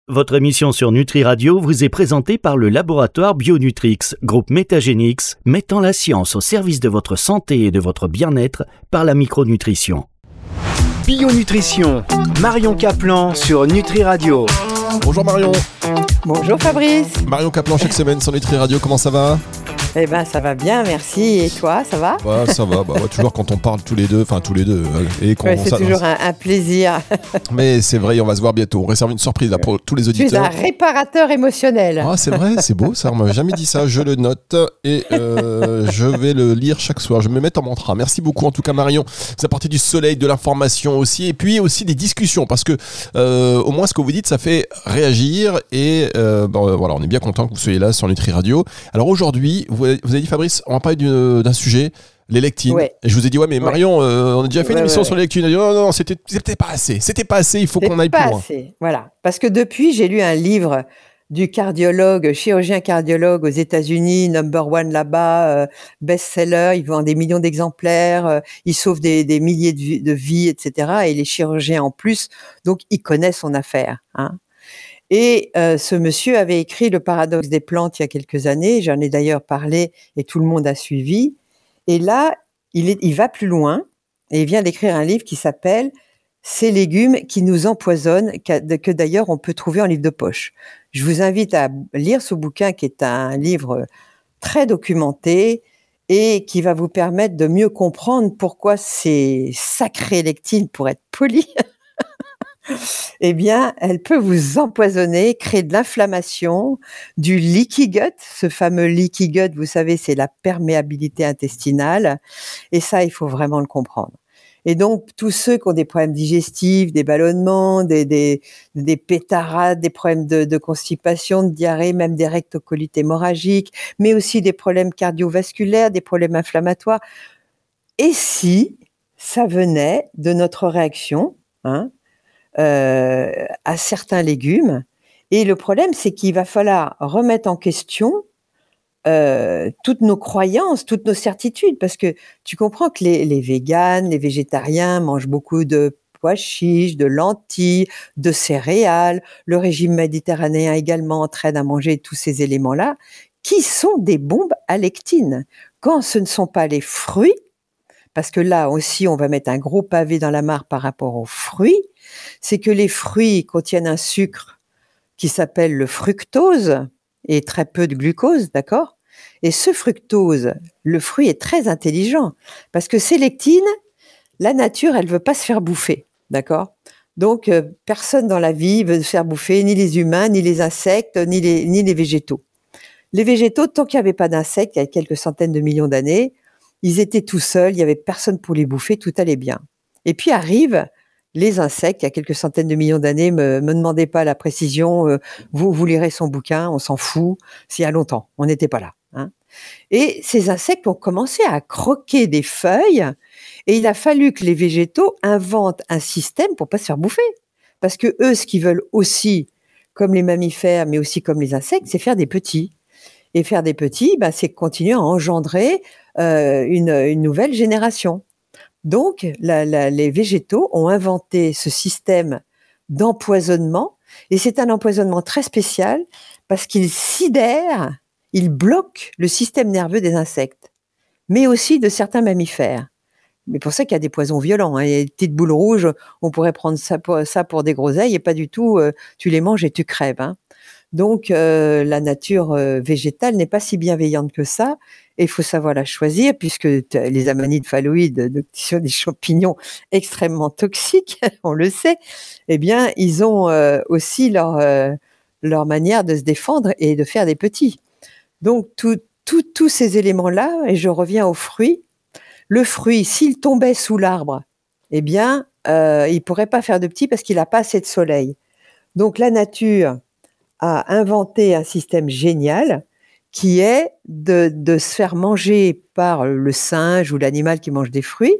Votre émission sur Nutri Radio vous est présentée par le laboratoire Bionutrix, groupe Métagénix, mettant la science au service de votre santé et de votre bien-être par la micronutrition. Bionutrition, Marion Caplan sur Nutri Radio. Bonjour Marion. Bonjour Fabrice. Marion Caplan chaque semaine sur Nutri Radio, comment ça va ? Eh ben ça va bien, merci. Et toi, ça va ? Ça va, toujours quand on parle tous les deux. Et qu'on c'est toujours un plaisir. Mais c'est vrai, on va se voir bientôt. On réserve une surprise là, pour tous les auditeurs. Tu es un réparateur émotionnel. Ah c'est vrai, c'est beau ça, on m'avait jamais dit ça. Je le note et je vais le lire chaque soir. Je vais me mettre en mantra. Merci beaucoup en tout cas Marion. Vous apportez du soleil, de l'information aussi. Et puis aussi des discussions parce que au moins ce que vous dites, ça fait réagir. Et voilà, on est bien content que vous soyez là sur Nutri Radio. Alors aujourd'hui, vous avez dit Fabrice, on va parler d'un sujet, les lectines. Ouais. Et je vous ai dit, mais Marion, on a déjà fait une émission sur les lectines. Elle a dit, non, c'était pas assez. C'était pas assez, il faut qu'on aille plus loin. Voilà. Parce que depuis, j'ai lu un livre du chirurgien cardiologue aux États-Unis, number one là-bas, best-seller, il vend des millions d'exemplaires, il sauve des milliers de vies, etc. Et les chirurgiens en plus, donc il connaît son affaire, hein. Et ce monsieur avait écrit Le paradoxe des plantes il y a quelques années, j'en ai d'ailleurs parlé et tout le monde a suivi. Et là, il va plus loin et il vient d'écrire un livre qui s'appelle « Ces légumes qui nous empoisonnent », que d'ailleurs on peut trouver en livre de poche. Je vous invite à lire ce bouquin qui est un livre très documenté et qui va vous permettre de mieux comprendre pourquoi ces sacrées lectines, pour être poli, eh bien, elle peut vous empoisonner, créer de l'inflammation, du leaky gut. Ce fameux leaky gut, vous savez, c'est la perméabilité intestinale. Et ça, il faut vraiment le comprendre. Et donc, tous ceux qui ont des problèmes digestifs, des ballonnements, des pétarades, des problèmes de constipation, de diarrhée, même des rectocolites hémorragiques, mais aussi des problèmes cardiovasculaires, des problèmes inflammatoires. Et si ça venait de notre réaction, à certains légumes. Et le problème, c'est qu'il va falloir remettre en question toutes nos croyances, toutes nos certitudes, parce que tu comprends que les véganes, les végétariens mangent beaucoup de pois chiches, de lentilles, de céréales. Le régime méditerranéen également entraîne à manger tous ces éléments-là, qui sont des bombes à lectine. Quand ce ne sont pas les fruits, parce que là aussi, on va mettre un gros pavé dans la mare par rapport aux fruits, c'est que les fruits contiennent un sucre qui s'appelle le fructose et très peu de glucose, d'accord ? Et ce fructose, le fruit est très intelligent parce que ces lectines, la nature, elle veut pas se faire bouffer, d'accord ? Donc, personne dans la vie veut se faire bouffer, ni les humains, ni les insectes, ni les végétaux. Les végétaux, tant qu'il n'y avait pas d'insectes, il y a quelques centaines de millions d'années, ils étaient tout seuls, il n'y avait personne pour les bouffer, tout allait bien. Et puis arrivent les insectes, il y a quelques centaines de millions d'années, me demandez pas la précision, vous lirez son bouquin, on s'en fout, c'est il y a longtemps, on n'était pas là. Hein. Et ces insectes ont commencé à croquer des feuilles et il a fallu que les végétaux inventent un système pour pas se faire bouffer. Parce que eux, ce qu'ils veulent aussi, comme les mammifères, mais aussi comme les insectes, c'est faire des petits. Et faire des petits, c'est continuer à engendrer une nouvelle génération. Donc, les végétaux ont inventé ce système d'empoisonnement, et c'est un empoisonnement très spécial parce qu'il sidère, il bloque le système nerveux des insectes, mais aussi de certains mammifères. Mais pour ça qu'il y a des poisons violents. Hein. Il y a des petites boules rouges, on pourrait prendre ça pour des groseilles, et pas du tout, tu les manges et tu crèves. Hein. Donc, la nature végétale n'est pas si bienveillante que ça, et il faut savoir la choisir, puisque les amanides phalloïdes sont des champignons extrêmement toxiques, on le sait, eh bien, ils ont aussi leur manière de se défendre et de faire des petits. Donc, tous ces éléments-là, et je reviens aux fruits, le fruit, s'il tombait sous l'arbre, eh bien, il ne pourrait pas faire de petits parce qu'il n'a pas assez de soleil. Donc, la nature a inventé un système génial qui est de se faire manger par le singe ou l'animal qui mange des fruits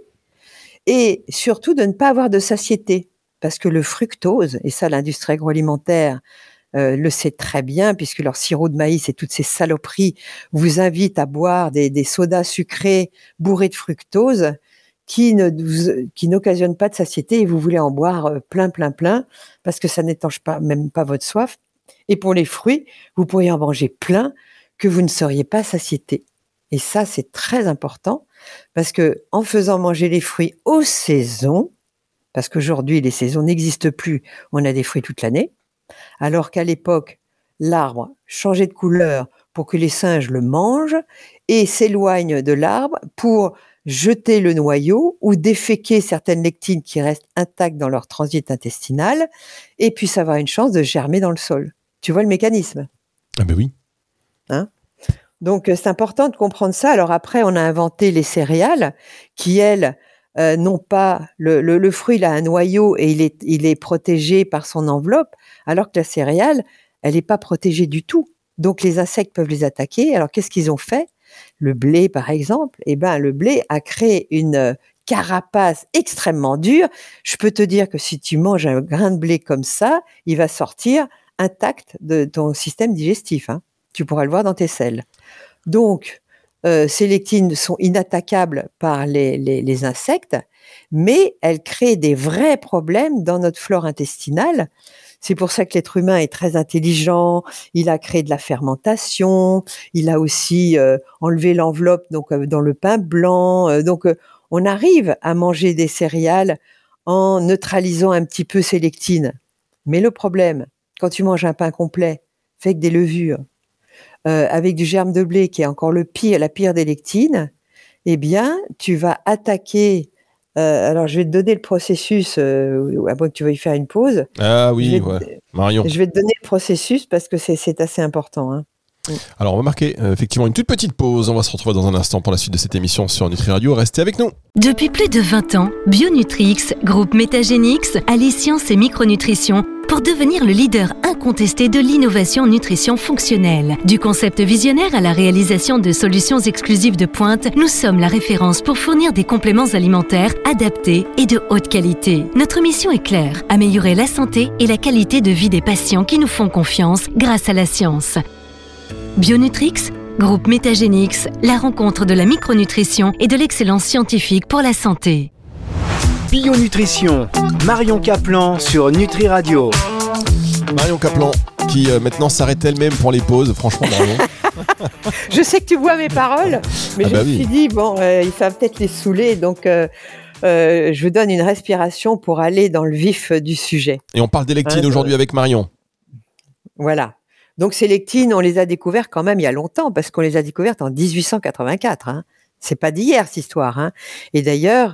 et surtout de ne pas avoir de satiété. Parce que le fructose, et ça l'industrie agroalimentaire le sait très bien, puisque leur sirop de maïs et toutes ces saloperies vous invitent à boire des sodas sucrés bourrés de fructose qui n'occasionne pas de satiété et vous voulez en boire plein, parce que ça n'étanche pas, même pas votre soif. Et pour les fruits, vous pourriez en manger plein que vous ne seriez pas satiété. Et ça, c'est très important parce que en faisant manger les fruits aux saisons, parce qu'aujourd'hui, les saisons n'existent plus, on a des fruits toute l'année, alors qu'à l'époque, l'arbre changeait de couleur pour que les singes le mangent et s'éloignent de l'arbre pour jeter le noyau ou déféquer certaines lectines qui restent intactes dans leur transit intestinal et puissent avoir une chance de germer dans le sol. Tu vois le mécanisme ? Ah ben oui. Donc, c'est important de comprendre ça. Alors après, on a inventé les céréales qui, elles, n'ont pas... Le fruit, il a un noyau et il est protégé par son enveloppe, alors que la céréale, elle n'est pas protégée du tout. Donc, les insectes peuvent les attaquer. Alors, qu'est-ce qu'ils ont fait ? Le blé, par exemple, le blé a créé une carapace extrêmement dure. Je peux te dire que si tu manges un grain de blé comme ça, il va sortir intact de ton système digestif. Tu pourras le voir dans tes selles. Donc, ces lectines sont inattaquables par les insectes, mais elles créent des vrais problèmes dans notre flore intestinale. C'est pour ça que l'être humain est très intelligent. Il a créé de la fermentation. Il a aussi enlevé l'enveloppe dans le pain blanc. On arrive à manger des céréales en neutralisant un petit peu ces lectines. Mais le problème, quand tu manges un pain complet fait avec des levures, avec du germe de blé qui est encore la pire des lectines, eh bien, tu vas attaquer. Alors, je vais te donner le processus, à moins que tu veuilles faire une pause. Ah oui, Marion. Je vais te donner le processus parce que c'est assez important. Alors, on va marquer effectivement une toute petite pause. On va se retrouver dans un instant pour la suite de cette émission sur Nutri Radio. Restez avec nous. Depuis plus de 20 ans, Bionutrix, groupe Métagénix, allie science et micronutrition pour devenir le leader incontesté de l'innovation nutrition fonctionnelle. Du concept visionnaire à la réalisation de solutions exclusives de pointe, nous sommes la référence pour fournir des compléments alimentaires adaptés et de haute qualité. Notre mission est claire, améliorer la santé et la qualité de vie des patients qui nous font confiance grâce à la science. Bionutrix, groupe Métagénix, la rencontre de la micronutrition et de l'excellence scientifique pour la santé. Bionutrition, Marion Caplan sur Nutri Radio. Marion Caplan qui maintenant s'arrête elle-même pour les pauses. Franchement, Marion. Je sais que tu vois mes paroles, mais je me suis dit, il va peut-être les saouler, donc je vous donne une respiration pour aller dans le vif du sujet. Et on parle des lectines aujourd'hui avec Marion. Voilà. Donc ces lectines, on les a découvertes quand même il y a longtemps, parce qu'on les a découvertes en 1884. C'est pas d'hier, cette histoire. Et d'ailleurs,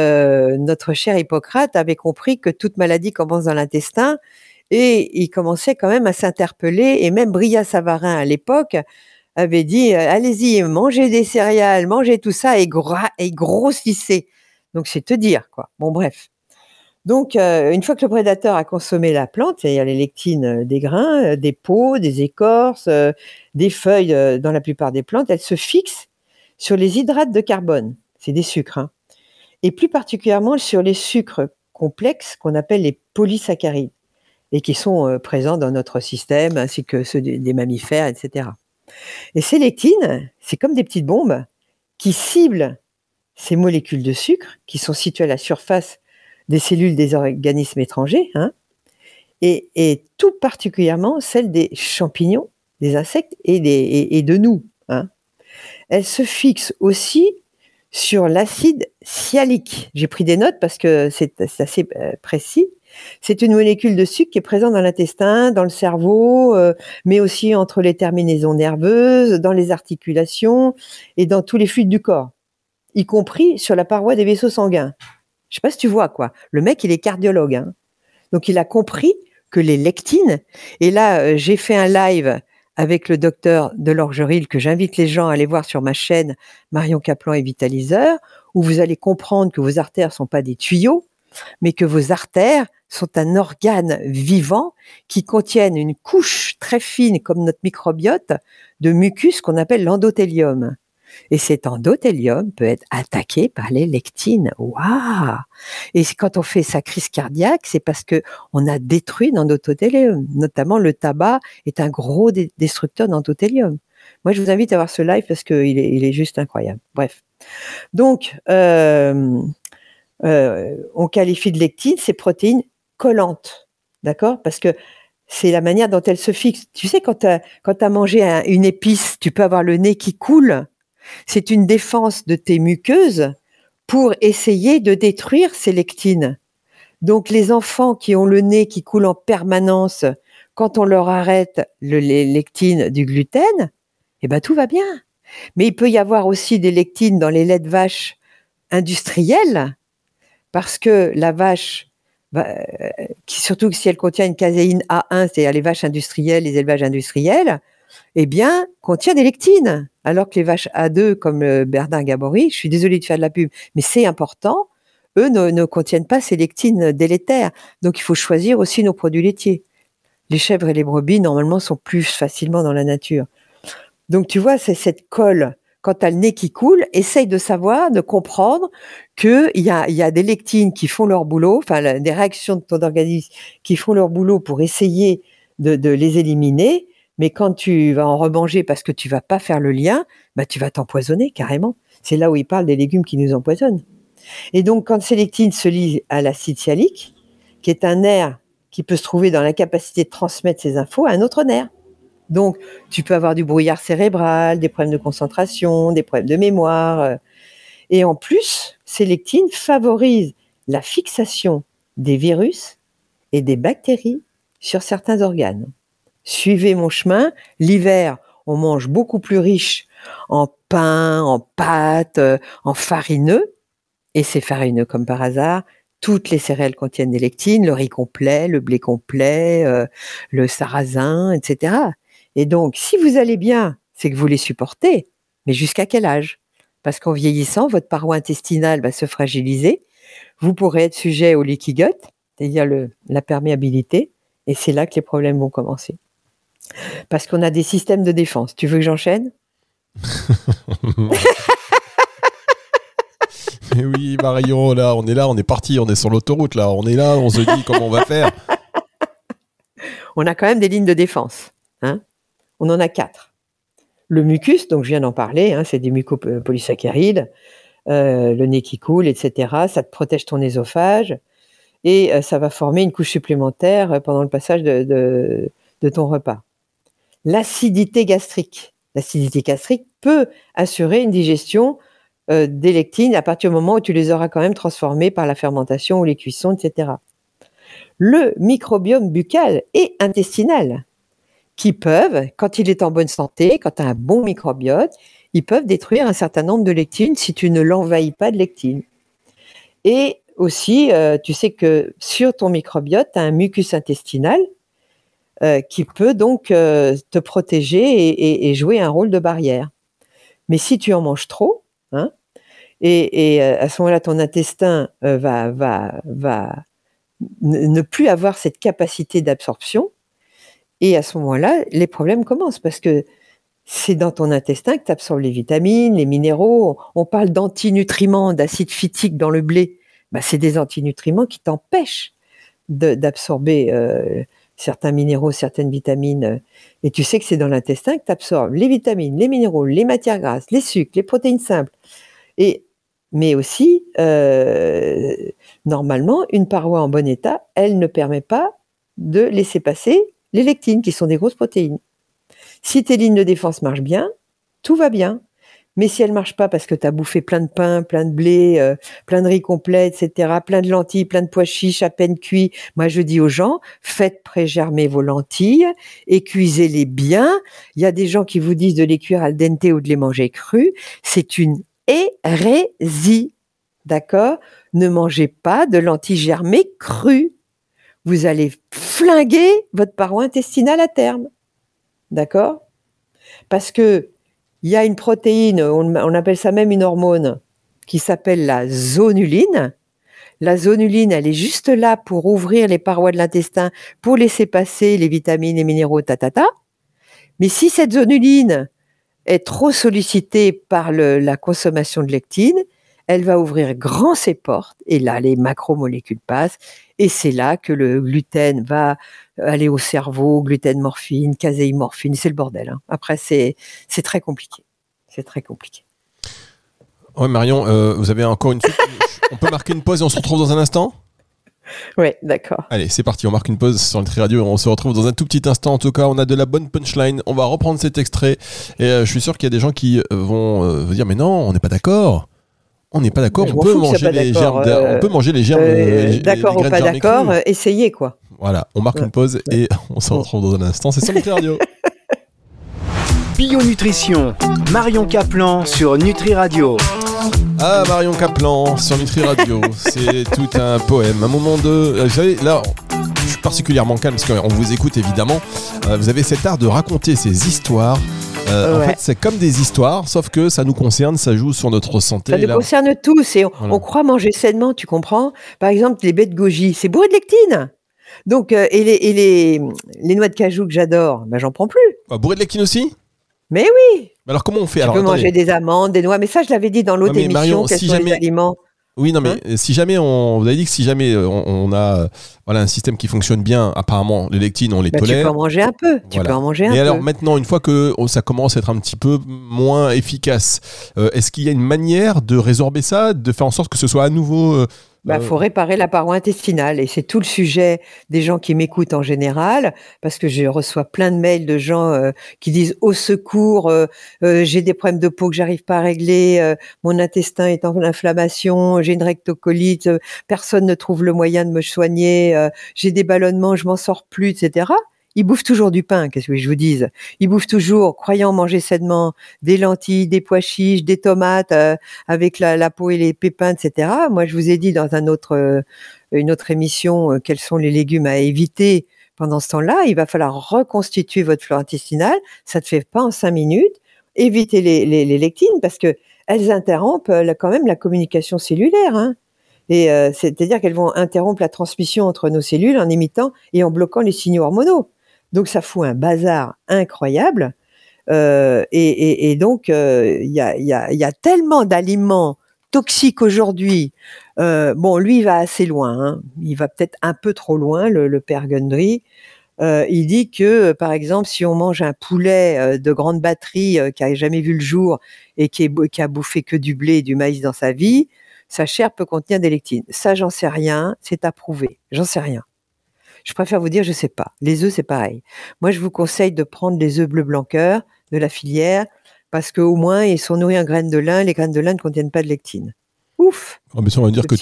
notre cher Hippocrate avait compris que toute maladie commence dans l'intestin, et il commençait quand même à s'interpeller, et même Brillat-Savarin à l'époque avait dit allez-y, mangez des céréales, mangez tout ça et grossissez. Donc c'est te dire quoi. Bon bref. Donc une fois que le prédateur a consommé la plante, c'est-à-dire les lectines des grains, des peaux, des écorces, des feuilles dans la plupart des plantes, elles se fixent sur les hydrates de carbone, c'est des sucres, et plus particulièrement sur les sucres complexes qu'on appelle les polysaccharides et qui sont présents dans notre système ainsi que ceux des mammifères, etc. Et ces lectines, c'est comme des petites bombes qui ciblent ces molécules de sucre qui sont situées à la surface des cellules des organismes étrangers, et tout particulièrement celles des champignons, des insectes et de nous. Elles se fixent aussi sur l'acide sialique. J'ai pris des notes parce que c'est assez précis. C'est une molécule de sucre qui est présente dans l'intestin, dans le cerveau, mais aussi entre les terminaisons nerveuses, dans les articulations et dans tous les fluides du corps, y compris sur la paroi des vaisseaux sanguins. Je sais pas si tu vois quoi. Le mec, il est cardiologue. Donc, il a compris que les lectines, et là, j'ai fait un live avec le docteur Delorgeril que j'invite les gens à aller voir sur ma chaîne Marion Caplan et Vitaliseur, où vous allez comprendre que vos artères sont pas des tuyaux, mais que vos artères sont un organe vivant qui contiennent une couche très fine, comme notre microbiote, de mucus qu'on appelle l'endothélium. Et cet endothélium peut être attaqué par les lectines. Waouh! Et quand on fait sa crise cardiaque, c'est parce que on a détruit l'endothélium. Notamment, le tabac est un gros destructeur d'endothélium. Moi, je vous invite à voir ce live parce qu'il est juste incroyable. Bref. Donc, on qualifie de lectine ces protéines collantes, d'accord? Parce que c'est la manière dont elles se fixent. Tu sais, quand tu as mangé une épice, tu peux avoir le nez qui coule. C'est une défense de tes muqueuses pour essayer de détruire ces lectines. Donc, les enfants qui ont le nez qui coule en permanence, quand on leur arrête les lectines du gluten, eh ben, tout va bien. Mais il peut y avoir aussi des lectines dans les laits de vache industriels, parce que la vache, surtout si elle contient une caséine A1, c'est-à-dire les vaches industrielles, les élevages industriels, eh bien, contient des lectines. Alors que les vaches A2, comme le Berdin Gabory, je suis désolée de faire de la pub, mais c'est important, eux ne contiennent pas ces lectines délétères. Donc, il faut choisir aussi nos produits laitiers. Les chèvres et les brebis, normalement, sont plus facilement dans la nature. Donc, tu vois, c'est cette colle. Quand tu as le nez qui coule, essaye de savoir, de comprendre qu'il y a des lectines qui font leur boulot, enfin, des réactions de ton organisme qui font leur boulot pour essayer de les éliminer. Mais quand tu vas en remanger parce que tu vas pas faire le lien, bah, tu vas t'empoisonner carrément. C'est là où il parle des légumes qui nous empoisonnent. Et donc, quand ces lectines se lient à l'acide sialique, qui est un nerf qui peut se trouver dans la capacité de transmettre ces infos à un autre nerf. Donc, tu peux avoir du brouillard cérébral, des problèmes de concentration, des problèmes de mémoire. Et en plus, ces lectines favorisent la fixation des virus et des bactéries sur certains organes. Suivez mon chemin. L'hiver, on mange beaucoup plus riche en pain, en pâtes, en farineux. Et c'est farineux comme par hasard. Toutes les céréales contiennent des lectines, le riz complet, le blé complet, le sarrasin, etc. Et donc, si vous allez bien, c'est que vous les supportez. Mais jusqu'à quel âge? Parce qu'en vieillissant, votre paroi intestinale va se fragiliser. Vous pourrez être sujet au leaky gut, c'est-à-dire la perméabilité. Et c'est là que les problèmes vont commencer. Parce qu'on a des systèmes de défense. Tu veux que j'enchaîne? Mais oui, Marion, là, on est parti, on est sur l'autoroute, là, on est là, on se dit comment on va faire. On a quand même des lignes de défense. Hein, on en a 4. Le mucus, donc je viens d'en parler, c'est des mucopolysaccharides, le nez qui coule, etc. Ça te protège ton œsophage et ça va former une couche supplémentaire pendant le passage de ton repas. L'acidité gastrique. L'acidité gastrique peut assurer une digestion des lectines à partir du moment où tu les auras quand même transformées par la fermentation ou les cuissons, etc. Le microbiome buccal et intestinal, qui peuvent, quand il est en bonne santé, quand tu as un bon microbiote, ils peuvent détruire un certain nombre de lectines si tu ne l'envahis pas de lectines. Et aussi, tu sais que sur ton microbiote, tu as un mucus intestinal qui peut donc te protéger et jouer un rôle de barrière. Mais si tu en manges trop, et à ce moment-là, ton intestin va ne plus avoir cette capacité d'absorption, et à ce moment-là, les problèmes commencent, parce que c'est dans ton intestin que tu absorbes les vitamines, les minéraux. On parle d'antinutriments, d'acide phytique dans le blé. C'est des antinutriments qui t'empêchent d'absorber certains minéraux, certaines vitamines. Et tu sais que c'est dans l'intestin que tu absorbes les vitamines, les minéraux, les matières grasses, les sucres, les protéines simples. Mais aussi, normalement, une paroi en bon état, elle ne permet pas de laisser passer les lectines, qui sont des grosses protéines. Si tes lignes de défense marchent bien, tout va bien. Mais si elles ne marchent pas parce que tu as bouffé plein de pain, plein de blé, plein de riz complet, etc., plein de lentilles, plein de pois chiches à peine cuits, moi je dis aux gens, faites pré-germer vos lentilles et cuisez-les bien. Il y a des gens qui vous disent de les cuire al dente ou de les manger crus. C'est une hérésie, d'accord? Ne mangez pas de lentilles germées crues. Vous allez flinguer votre paroi intestinale à terme. D'accord? Parce que il y a une protéine, on appelle ça même une hormone, qui s'appelle la zonuline. La zonuline, elle est juste là pour ouvrir les parois de l'intestin, pour laisser passer les vitamines et minéraux, Mais si cette zonuline est trop sollicitée par la consommation de lectine, elle va ouvrir grand ses portes, et là, les macromolécules passent, et c'est là que le gluten va aller au cerveau, gluten morphine, caséine morphine, c'est le bordel. Après, c'est très compliqué. C'est très compliqué. Ouais, Marion, vous avez encore une soupe. On peut marquer une pause et on se retrouve dans un instant ? Oui, d'accord. Allez, c'est parti, on marque une pause sur Nutri Radio et on se retrouve dans un tout petit instant. En tout cas, on a de la bonne punchline. On va reprendre cet extrait et je suis sûr qu'il y a des gens qui vont vous dire mais non, on n'est pas d'accord. On n'est pas d'accord, on peut manger les germes. On peut manger les germes. D'accord ou pas d'accord, essayez quoi. Voilà, on marque une pause et on se retrouve dans un instant. C'est sur Nutri Radio. Bio Nutrition, Marion Caplan sur Nutri Radio. Ah, Marion Caplan sur Nutri Radio, c'est tout un poème. Un moment de... Vous savez, là, je suis particulièrement calme parce qu'on vous écoute évidemment. Vous avez cet art de raconter ces histoires. En fait, c'est comme des histoires, sauf que ça nous concerne, ça joue sur notre santé. Ça nous concerne tous et on croit manger sainement, tu comprends ? Par exemple, les baies de goji, c'est bourré de lectine. Donc, et les noix de cajou que j'adore, j'en prends plus. Bourré de lectine aussi ? Mais oui. Alors comment on fait ? Tu peux manger des amandes, des noix, mais ça je l'avais dit dans l'autre émission, Marion, quels sont les aliments. Oui, non, mais si jamais vous avez dit que si jamais on a un système qui fonctionne bien, apparemment les lectines on les tolère. Tu peux en manger un peu. Tu peux en manger un peu. Et alors maintenant, une fois que ça commence à être un petit peu moins efficace, est-ce qu'il y a une manière de résorber ça, de faire en sorte que ce soit à nouveau faut réparer la paroi intestinale et c'est tout le sujet des gens qui m'écoutent en général parce que je reçois plein de mails de gens qui disent au secours, j'ai des problèmes de peau que j'arrive pas à régler, mon intestin est en inflammation, j'ai une rectocolite, personne ne trouve le moyen de me soigner, j'ai des ballonnements, je m'en sors plus, etc. Ils bouffent toujours du pain, qu'est-ce que je vous dise ? Ils bouffent toujours, croyant manger sainement, des lentilles, des pois chiches, des tomates avec la peau et les pépins, etc. Moi, je vous ai dit dans une autre émission quels sont les légumes à éviter. Pendant ce temps-là, il va falloir reconstituer votre flore intestinale. Ça ne se fait pas en 5 minutes. Évitez les lectines parce que elles interrompent quand même la communication cellulaire, hein. Et c'est-à-dire qu'elles vont interrompre la transmission entre nos cellules en imitant et en bloquant les signaux hormonaux. Donc, ça fout un bazar incroyable. Et donc, il y a tellement d'aliments toxiques aujourd'hui. Lui, il va assez loin. Hein. Il va peut-être un peu trop loin, le père Gundry. Il dit que, par exemple, si on mange un poulet de grande batterie qui n'a jamais vu le jour et qui a bouffé que du blé et du maïs dans sa vie, sa chair peut contenir des lectines. Ça, j'en sais rien. C'est à prouver. J'en sais rien. Je préfère vous dire, je sais pas. Les œufs, c'est pareil. Moi, je vous conseille de prendre les œufs bleu blanc cœur de la filière parce qu'au moins, ils sont nourris en graines de lin. Les graines de lin ne contiennent pas de lectine. Ouf. Mais ça, on va dire que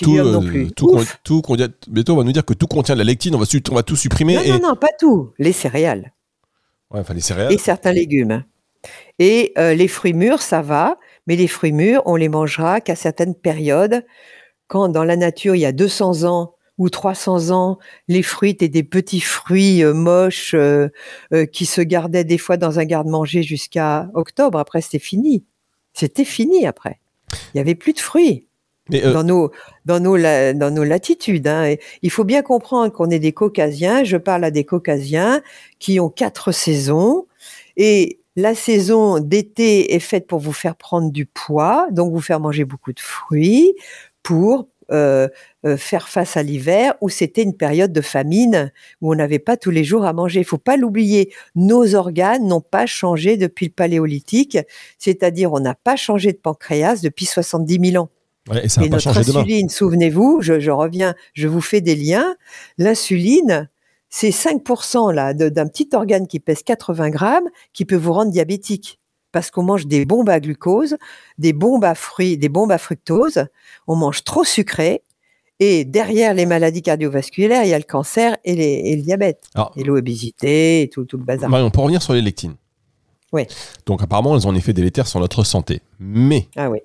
bientôt, on va nous dire que tout contient de la lectine. On va tout supprimer. Non, pas tout. Les céréales. Ouais, enfin, les céréales. Et certains légumes. Et les fruits mûrs, ça va. Mais les fruits mûrs, on les mangera qu'à certaines périodes. Quand dans la nature, il y a 200 ans, ou 300 ans, les fruits étaient des petits fruits moches qui se gardaient des fois dans un garde-manger jusqu'à octobre. Après, c'était fini. C'était fini après. Il n'y avait plus de fruits dans nos latitudes. Hein. Et il faut bien comprendre qu'on est des Caucasiens. Je parle à des Caucasiens qui ont 4 saisons. Et la saison d'été est faite pour vous faire prendre du poids, donc vous faire manger beaucoup de fruits pour faire face à l'hiver où c'était une période de famine où on n'avait pas tous les jours à manger. Il faut pas l'oublier, nos organes n'ont pas changé depuis le paléolithique, c'est-à-dire on n'a pas changé de pancréas depuis 70 000 ans. Ouais, et ça va pas changer demain. Insuline, souvenez-vous, je reviens, je vous fais des liens, l'insuline, c'est 5% là, d'un petit organe qui pèse 80 grammes qui peut vous rendre diabétique. Parce qu'on mange des bombes à glucose, des bombes à fruits, des bombes à fructose. On mange trop sucré. Et derrière les maladies cardiovasculaires, il y a le cancer et le diabète. Alors, et l'obésité, et tout le bazar. Marion, pour revenir sur les lectines. Oui. Donc apparemment, elles ont un effet délétère sur notre santé. Mais,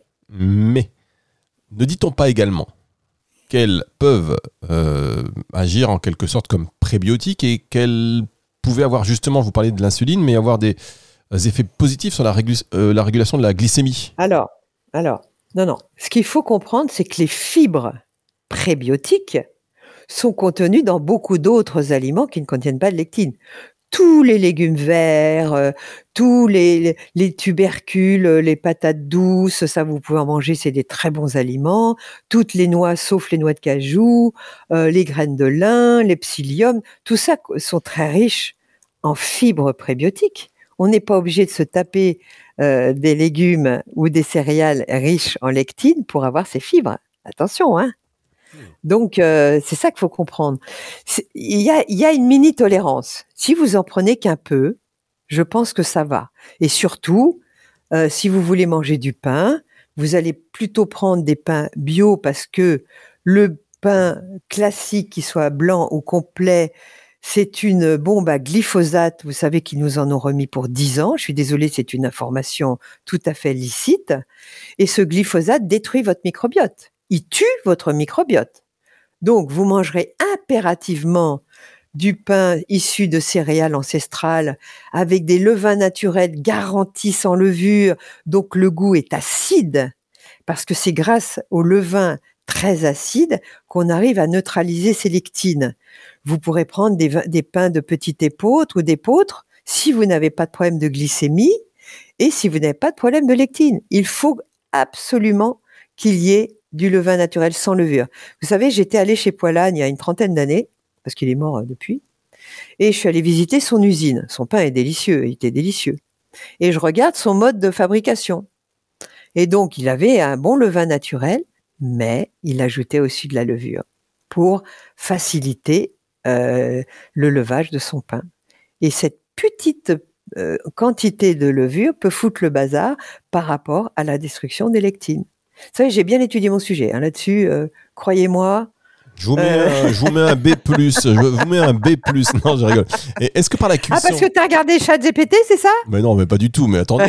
ne dit-on pas également qu'elles peuvent agir en quelque sorte comme prébiotiques et qu'elles pouvaient avoir justement, vous parlez de l'insuline, mais avoir des effets positifs sur la régulation de la glycémie? Alors, non. Ce qu'il faut comprendre, c'est que les fibres prébiotiques sont contenues dans beaucoup d'autres aliments qui ne contiennent pas de lectine. Tous les légumes verts, tous les tubercules, les patates douces, ça vous pouvez en manger, c'est des très bons aliments. Toutes les noix, sauf les noix de cajou, les graines de lin, les psyllium, tout ça sont très riches en fibres prébiotiques. On n'est pas obligé de se taper des légumes ou des céréales riches en lectine pour avoir ces fibres. Attention, hein. Donc, c'est ça qu'il faut comprendre. Il y a une mini-tolérance. Si vous en prenez qu'un peu, je pense que ça va. Et surtout, si vous voulez manger du pain, vous allez plutôt prendre des pains bio parce que le pain classique, qu'il soit blanc ou complet, c'est une bombe à glyphosate. Vous savez qu'ils nous en ont remis pour 10 ans. Je suis désolée, c'est une information tout à fait licite. Et ce glyphosate détruit votre microbiote. Il tue votre microbiote. Donc, vous mangerez impérativement du pain issu de céréales ancestrales avec des levains naturels garantis sans levure. Donc, le goût est acide parce que c'est grâce au levain très acide qu'on arrive à neutraliser ces lectines. Vous pourrez prendre des pains de petite épeautre ou d'épeautre si vous n'avez pas de problème de glycémie et si vous n'avez pas de problème de lectine. Il faut absolument qu'il y ait du levain naturel sans levure. Vous savez, j'étais allée chez Poilane il y a une 30aine d'années, parce qu'il est mort depuis, et je suis allée visiter son usine. Son pain est délicieux, il était délicieux. Et je regarde son mode de fabrication. Et donc, il avait un bon levain naturel, mais il ajoutait aussi de la levure pour faciliter le levage de son pain. Et cette petite quantité de levure peut foutre le bazar par rapport à la destruction des lectines. Vous savez, j'ai bien étudié mon sujet. Hein, là-dessus, croyez-moi. Je vous mets un B+. Je vous mets un B+. Non, je rigole. Et est-ce que par la cuisson... Ah, parce que tu as regardé ChatGPT, c'est ça? Mais non, mais pas du tout. Mais attendez.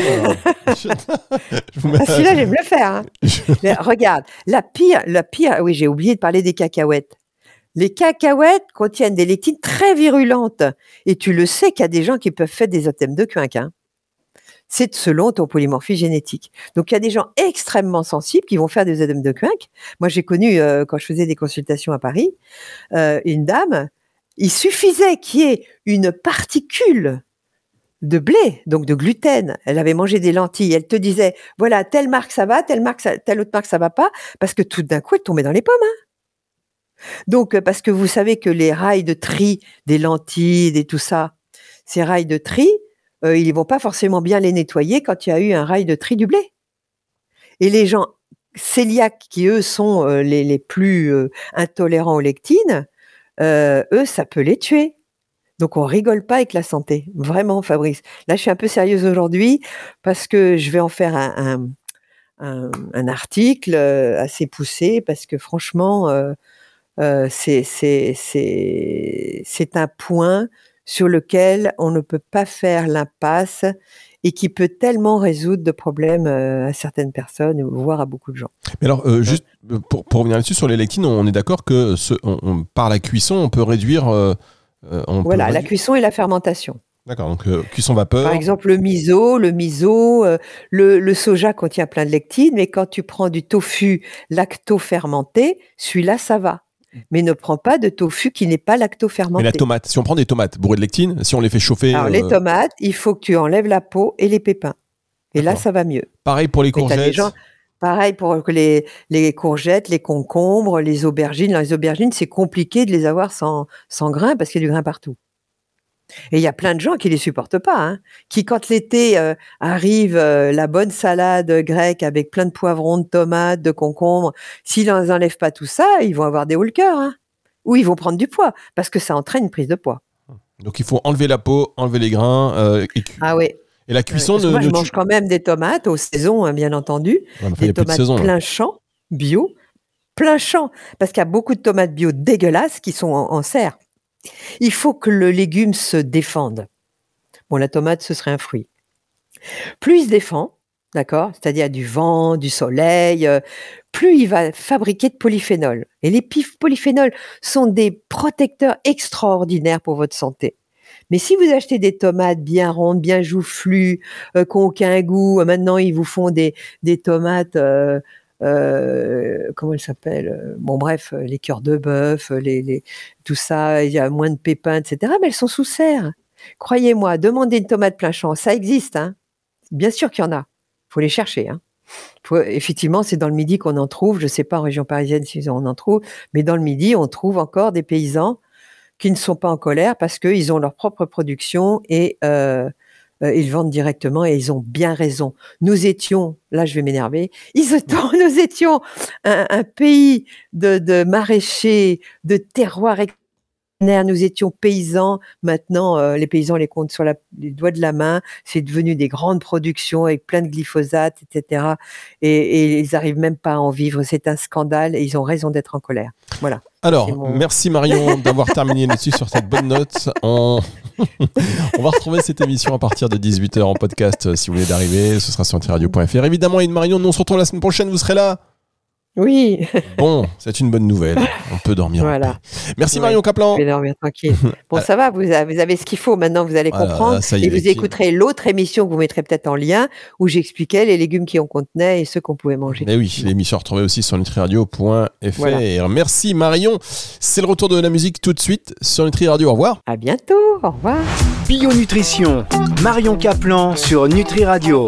Celui-là, j'aime le faire. Hein. Regarde, la pire... Oui, j'ai oublié de parler des cacahuètes. Les cacahuètes contiennent des lectines très virulentes. Et tu le sais qu'il y a des gens qui peuvent faire des œdèmes de quinque. Hein. C'est selon ton polymorphie génétique. Donc, il y a des gens extrêmement sensibles qui vont faire des œdèmes de quinque. Moi, j'ai connu, quand je faisais des consultations à Paris, une dame, il suffisait qu'il y ait une particule de blé, donc de gluten. Elle avait mangé des lentilles. Elle te disait, voilà, telle marque ça va, telle autre marque ça va pas, parce que tout d'un coup, elle tombait dans les pommes. Hein. Donc, parce que vous savez que les rails de tri des lentilles et tout ça, ces rails de tri, ils vont pas forcément bien les nettoyer quand il y a eu un rail de tri du blé. Et les gens cœliaques, qui eux sont les plus intolérants aux lectines, eux, ça peut les tuer. Donc, on rigole pas avec la santé. Vraiment, Fabrice. Là, je suis un peu sérieuse aujourd'hui parce que je vais en faire un article assez poussé parce que franchement, c'est un point sur lequel on ne peut pas faire l'impasse et qui peut tellement résoudre de problèmes à certaines personnes, voire à beaucoup de gens. Mais alors, juste pour revenir là-dessus, sur les lectines, on est d'accord que par la cuisson, on peut réduire... la cuisson et la fermentation. D'accord, donc cuisson vapeur. Par exemple, le miso, le soja contient plein de lectines, mais quand tu prends du tofu lacto-fermenté, celui-là, ça va. Mais ne prends pas de tofu qui n'est pas lacto-fermenté. Mais la tomate, si on prend des tomates bourrées de lectine, si on les fait chauffer... Alors, les tomates, il faut que tu enlèves la peau et les pépins. Et là, ça va mieux. Pareil pour les courgettes. Pareil pour les courgettes, les concombres, les aubergines. Les aubergines, c'est compliqué de les avoir sans grain parce qu'il y a du grain partout. Et il y a plein de gens qui les supportent pas, hein, qui quand l'été arrive, la bonne salade grecque avec plein de poivrons, de tomates, de concombres, s'ils n'enlèvent pas tout ça, ils vont avoir des hauts le cœur, hein, ou ils vont prendre du poids parce que ça entraîne une prise de poids. Donc il faut enlever la peau, enlever les grains. Ah oui. Et la cuisson moi, je mange quand même des tomates aux saisons, hein, bien entendu. Des tomates plein champ, bio, plein champ, parce qu'il y a beaucoup de tomates bio dégueulasses qui sont en serre. Il faut que le légume se défende. Bon, la tomate, ce serait un fruit. Plus il se défend, d'accord, c'est-à-dire du vent, du soleil, plus il va fabriquer de polyphénols. Et les polyphénols sont des protecteurs extraordinaires pour votre santé. Mais si vous achetez des tomates bien rondes, bien joufflues, qui n'ont aucun goût, maintenant ils vous font des tomates... comment elles s'appellent? Bon, bref, les cœurs de bœuf, tout ça, il y a moins de pépins, etc. Mais elles sont sous serre. Croyez-moi, demandez une tomate plein champ, ça existe. Hein. Bien sûr qu'il y en a. Il faut les chercher. Hein. Effectivement, c'est dans le Midi qu'on en trouve. Je ne sais pas en région parisienne si on en trouve, mais dans le Midi, on trouve encore des paysans qui ne sont pas en colère parce qu'ils ont leur propre production et ils vendent directement et ils ont bien raison. Nous étions, là je vais m'énerver, nous étions un pays de maraîchers, de terroirs extraordinaires. Nous étions paysans. Maintenant, les paysans, on les compte sur les doigts de la main. C'est devenu des grandes productions avec plein de glyphosate, etc. Et ils n'arrivent même pas à en vivre. C'est un scandale et ils ont raison d'être en colère. Voilà. Alors, merci Marion d'avoir terminé là-dessus sur cette bonne note. On va retrouver cette émission à partir de 18h en podcast si vous voulez d'arriver. Ce sera sur nutriradio.fr. Évidemment, et Marion, nous on se retrouve la semaine prochaine. Vous serez là ? Oui. Bon, c'est une bonne nouvelle. On peut dormir. Voilà. Merci Marion Kaplan. Je vais dormir tranquille. Bon, ça va, vous avez ce qu'il faut. Maintenant, vous allez comprendre. Et vous écouterez l'autre émission que vous mettrez peut-être en lien où j'expliquais les légumes qui en contenaient et ceux qu'on pouvait manger. Mais oui, l'émission retrouvée aussi sur nutriradio.fr. Voilà. Merci Marion. C'est le retour de la musique tout de suite sur Nutri Radio. Au revoir. À bientôt. Au revoir. Bio Nutrition. Marion Kaplan sur Nutri Radio.